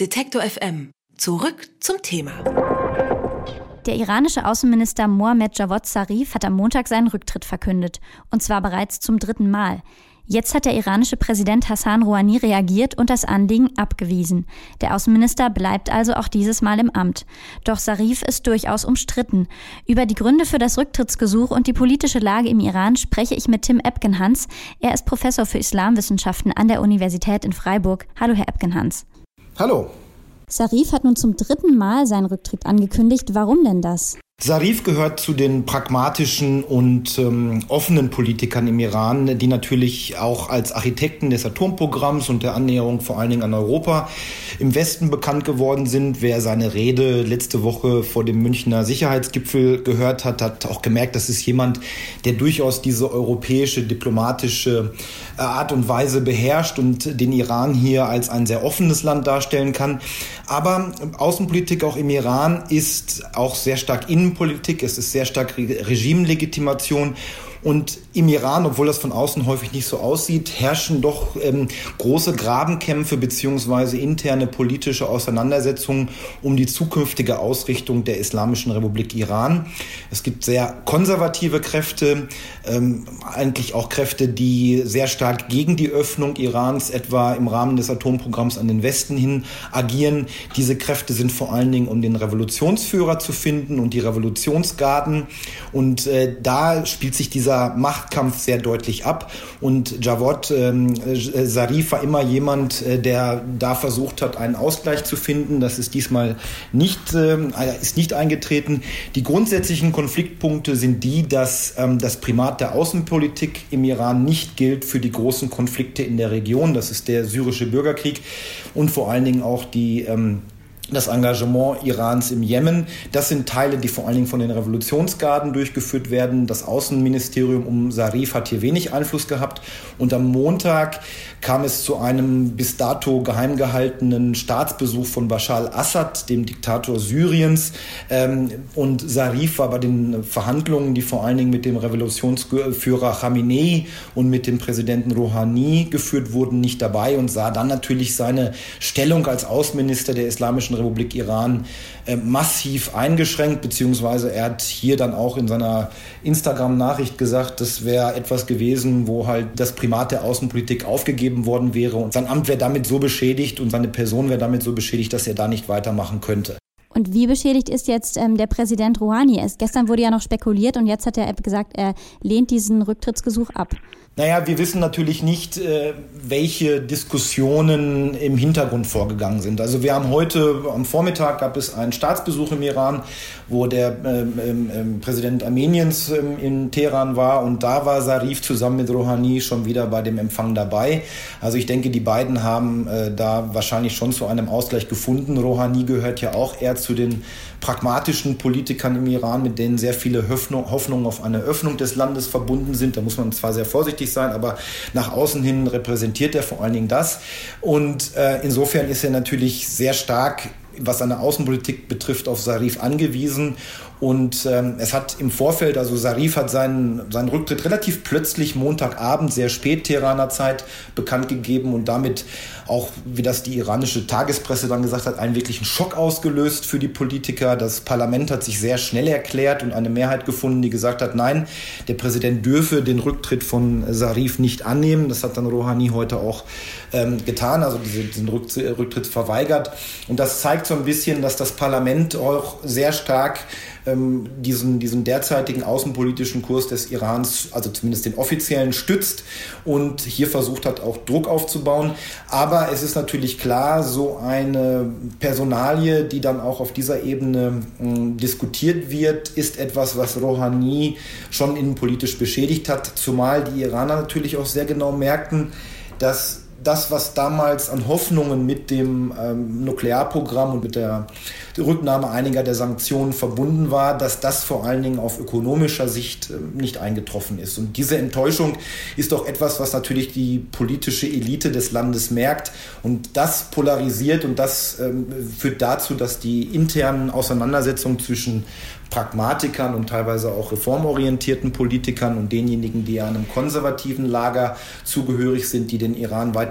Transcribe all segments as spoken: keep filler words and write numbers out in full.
Detektor F M. Zurück zum Thema. Der iranische Außenminister Mohammad Javad Zarif hat am Montag seinen Rücktritt verkündet. Und zwar bereits zum dritten Mal. Jetzt hat der iranische Präsident Hassan Rouhani reagiert und das Anliegen abgewiesen. Der Außenminister bleibt also auch dieses Mal im Amt. Doch Zarif ist durchaus umstritten. Über die Gründe für das Rücktrittsgesuch und die politische Lage im Iran spreche ich mit Tim Epkenhans. Er ist Professor für Islamwissenschaften an der Universität in Freiburg. Hallo, Herr Epkenhans. Hallo. Zarif hat nun zum dritten Mal seinen Rücktritt angekündigt. Warum denn das? Zarif gehört zu den pragmatischen und ähm, offenen Politikern im Iran, die natürlich auch als Architekten des Atomprogramms und der Annäherung vor allen Dingen an Europa im Westen bekannt geworden sind. Wer seine Rede letzte Woche vor dem Münchner Sicherheitsgipfel gehört hat, hat auch gemerkt, das ist jemand, der durchaus diese europäische diplomatische Art und Weise beherrscht und den Iran hier als ein sehr offenes Land darstellen kann. Aber Außenpolitik auch im Iran ist auch sehr stark Innenpolitik, es ist sehr stark Regimelegitimation. Und im Iran, obwohl das von außen häufig nicht so aussieht, herrschen doch ähm, große Grabenkämpfe beziehungsweise interne politische Auseinandersetzungen um die zukünftige Ausrichtung der Islamischen Republik Iran. Es gibt sehr konservative Kräfte, ähm, eigentlich auch Kräfte, die sehr stark gegen die Öffnung Irans, etwa im Rahmen des Atomprogramms an den Westen hin, agieren. Diese Kräfte sind vor allen Dingen, um den Revolutionsführer zu finden und die Revolutionsgarden. Und äh, da spielt sich dieser Machtkampf sehr deutlich ab. Und Javad ähm, Zarif war immer jemand, äh, der da versucht hat, einen Ausgleich zu finden. Das ist diesmal nicht, äh, ist nicht eingetreten. Die grundsätzlichen Konfliktpunkte sind die, dass ähm, das Primat der Außenpolitik im Iran nicht gilt für die großen Konflikte in der Region. Das ist der syrische Bürgerkrieg und vor allen Dingen auch die ähm, das Engagement Irans im Jemen. Das sind Teile, die vor allen Dingen von den Revolutionsgarden durchgeführt werden. Das Außenministerium um Zarif hat hier wenig Einfluss gehabt. Und am Montag kam es zu einem bis dato geheim gehaltenen Staatsbesuch von Bashar al-Assad, dem Diktator Syriens. Und Zarif war bei den Verhandlungen, die vor allen Dingen mit dem Revolutionsführer Khamenei und mit dem Präsidenten Rouhani geführt wurden, nicht dabei und sah dann natürlich seine Stellung als Außenminister der Islamischen Republik Iran äh, massiv eingeschränkt, beziehungsweise er hat hier dann auch in seiner Instagram-Nachricht gesagt, das wäre etwas gewesen, wo halt das Primat der Außenpolitik aufgegeben worden wäre und sein Amt wäre damit so beschädigt und seine Person wäre damit so beschädigt, dass er da nicht weitermachen könnte. Und wie beschädigt ist jetzt ähm, der Präsident Rouhani? Es, gestern wurde ja noch spekuliert und jetzt hat er gesagt, er lehnt diesen Rücktrittsgesuch ab. Naja, wir wissen natürlich nicht, äh, welche Diskussionen im Hintergrund vorgegangen sind. Also wir haben heute am Vormittag gab es einen Staatsbesuch im Iran, wo der äh, äh, Präsident Armeniens äh, in Teheran war und da war Zarif zusammen mit Rouhani schon wieder bei dem Empfang dabei. Also ich denke, die beiden haben äh, da wahrscheinlich schon zu einem Ausgleich gefunden. Rouhani gehört ja auch eher zu den pragmatischen Politikern im Iran, mit denen sehr viele Hoffnung, Hoffnungen auf eine Öffnung des Landes verbunden sind. Da muss man zwar sehr vorsichtig sein, aber nach außen hin repräsentiert er vor allen Dingen das. Und äh, insofern ist er natürlich sehr stark, was seine Außenpolitik betrifft, auf Zarif angewiesen. Und ähm, es hat im Vorfeld, also Zarif hat seinen, seinen Rücktritt relativ plötzlich Montagabend, sehr spät Teheraner Zeit, bekannt gegeben und damit auch, wie das die iranische Tagespresse dann gesagt hat, einen wirklichen Schock ausgelöst für die Politiker. Das Parlament hat sich sehr schnell erklärt und eine Mehrheit gefunden, die gesagt hat, nein, der Präsident dürfe den Rücktritt von Zarif nicht annehmen. Das hat dann Rouhani heute auch ähm, getan, also diese, diesen Rücktritt verweigert. Und das zeigt so ein bisschen, dass das Parlament auch sehr stark ähm, diesen, diesen derzeitigen außenpolitischen Kurs des Irans, also zumindest den offiziellen, stützt und hier versucht hat, auch Druck aufzubauen. Aber es ist natürlich klar, so eine Personalie, die dann auch auf dieser Ebene mh, diskutiert wird, ist etwas, was Rouhani schon innenpolitisch beschädigt hat, zumal die Iraner natürlich auch sehr genau merkten, dass das, was damals an Hoffnungen mit dem ähm, Nuklearprogramm und mit der Rücknahme einiger der Sanktionen verbunden war, dass das vor allen Dingen auf ökonomischer Sicht äh, nicht eingetroffen ist. Und diese Enttäuschung ist doch etwas, was natürlich die politische Elite des Landes merkt. Und das polarisiert und das ähm, führt dazu, dass die internen Auseinandersetzungen zwischen Pragmatikern und teilweise auch reformorientierten Politikern und denjenigen, die einem konservativen Lager zugehörig sind, die den Iran weiter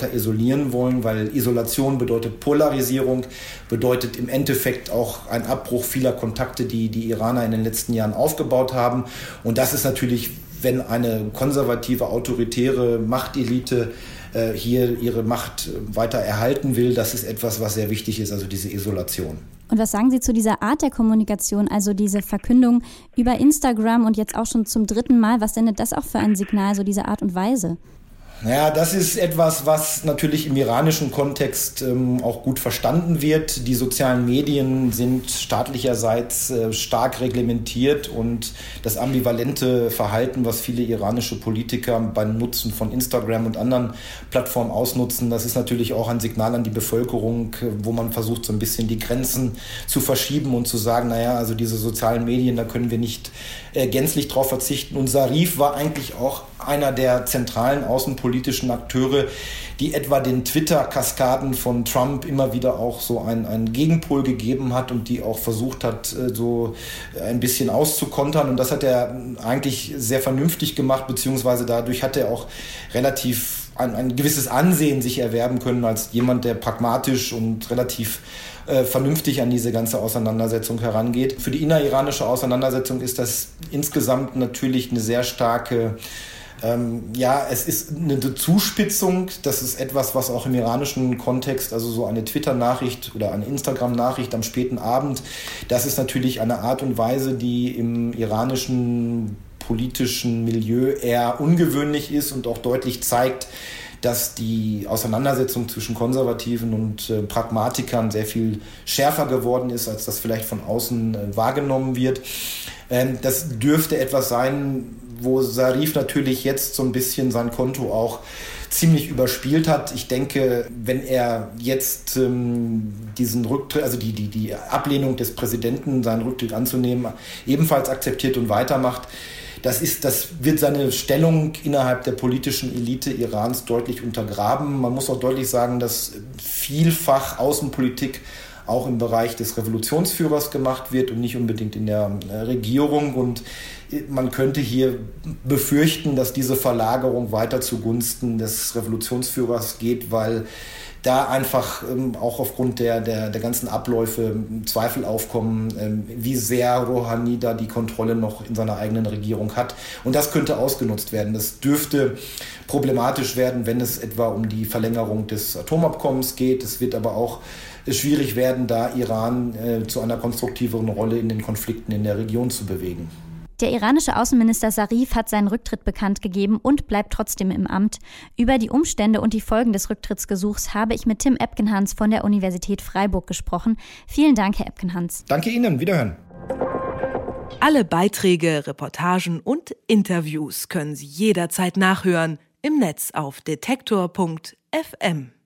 weiter isolieren wollen, weil Isolation bedeutet Polarisierung, bedeutet im Endeffekt auch ein Abbruch vieler Kontakte, die die Iraner in den letzten Jahren aufgebaut haben. Und das ist natürlich, wenn eine konservative, autoritäre Machtelite äh, hier ihre Macht weiter erhalten will, das ist etwas, was sehr wichtig ist, also diese Isolation. Und was sagen Sie zu dieser Art der Kommunikation, also diese Verkündung über Instagram und jetzt auch schon zum dritten Mal? Was sendet das auch für ein Signal, so diese Art und Weise? Naja, das ist etwas, was natürlich im iranischen Kontext ähm, auch gut verstanden wird. Die sozialen Medien sind staatlicherseits äh, stark reglementiert und das ambivalente Verhalten, was viele iranische Politiker beim Nutzen von Instagram und anderen Plattformen ausnutzen, das ist natürlich auch ein Signal an die Bevölkerung, wo man versucht, so ein bisschen die Grenzen zu verschieben und zu sagen, naja, also diese sozialen Medien, da können wir nicht äh, gänzlich drauf verzichten. Und Zarif war eigentlich auch einer der zentralen außenpolitischen Akteure, die etwa den Twitter-Kaskaden von Trump immer wieder auch so einen, einen Gegenpol gegeben hat und die auch versucht hat, so ein bisschen auszukontern. Und das hat er eigentlich sehr vernünftig gemacht, beziehungsweise dadurch hat er auch relativ ein, ein gewisses Ansehen sich erwerben können als jemand, der pragmatisch und relativ äh, vernünftig an diese ganze Auseinandersetzung herangeht. Für die inneriranische Auseinandersetzung ist das insgesamt natürlich eine sehr starke Ähm, ja, es ist eine Zuspitzung, das ist etwas, was auch im iranischen Kontext, also so eine Twitter-Nachricht oder eine Instagram-Nachricht am späten Abend, das ist natürlich eine Art und Weise, die im iranischen politischen Milieu eher ungewöhnlich ist und auch deutlich zeigt, dass die Auseinandersetzung zwischen Konservativen und äh, Pragmatikern sehr viel schärfer geworden ist, als das vielleicht von außen äh, wahrgenommen wird. Ähm, das dürfte etwas sein, wo Zarif natürlich jetzt so ein bisschen sein Konto auch ziemlich überspielt hat. Ich denke, wenn er jetzt ähm, diesen Rücktritt, also die, die, die Ablehnung des Präsidenten, seinen Rücktritt anzunehmen, ebenfalls akzeptiert und weitermacht, Das ist, das wird seine Stellung innerhalb der politischen Elite Irans deutlich untergraben. Man muss auch deutlich sagen, dass vielfach Außenpolitik auch im Bereich des Revolutionsführers gemacht wird und nicht unbedingt in der Regierung. Und man könnte hier befürchten, dass diese Verlagerung weiter zugunsten des Revolutionsführers geht, weil da einfach ähm, auch aufgrund der, der, der ganzen Abläufe Zweifel aufkommen, ähm, wie sehr Rouhani da die Kontrolle noch in seiner eigenen Regierung hat. Und das könnte ausgenutzt werden. Das dürfte problematisch werden, wenn es etwa um die Verlängerung des Atomabkommens geht. Es wird aber auch schwierig werden, da Iran äh, zu einer konstruktiveren Rolle in den Konflikten in der Region zu bewegen. Der iranische Außenminister Zarif hat seinen Rücktritt bekannt gegeben und bleibt trotzdem im Amt. Über die Umstände und die Folgen des Rücktrittsgesuchs habe ich mit Tim Epkenhans von der Universität Freiburg gesprochen. Vielen Dank, Herr Epkenhans. Danke Ihnen. Wiederhören. Alle Beiträge, Reportagen und Interviews können Sie jederzeit nachhören im Netz auf detektor punkt f m.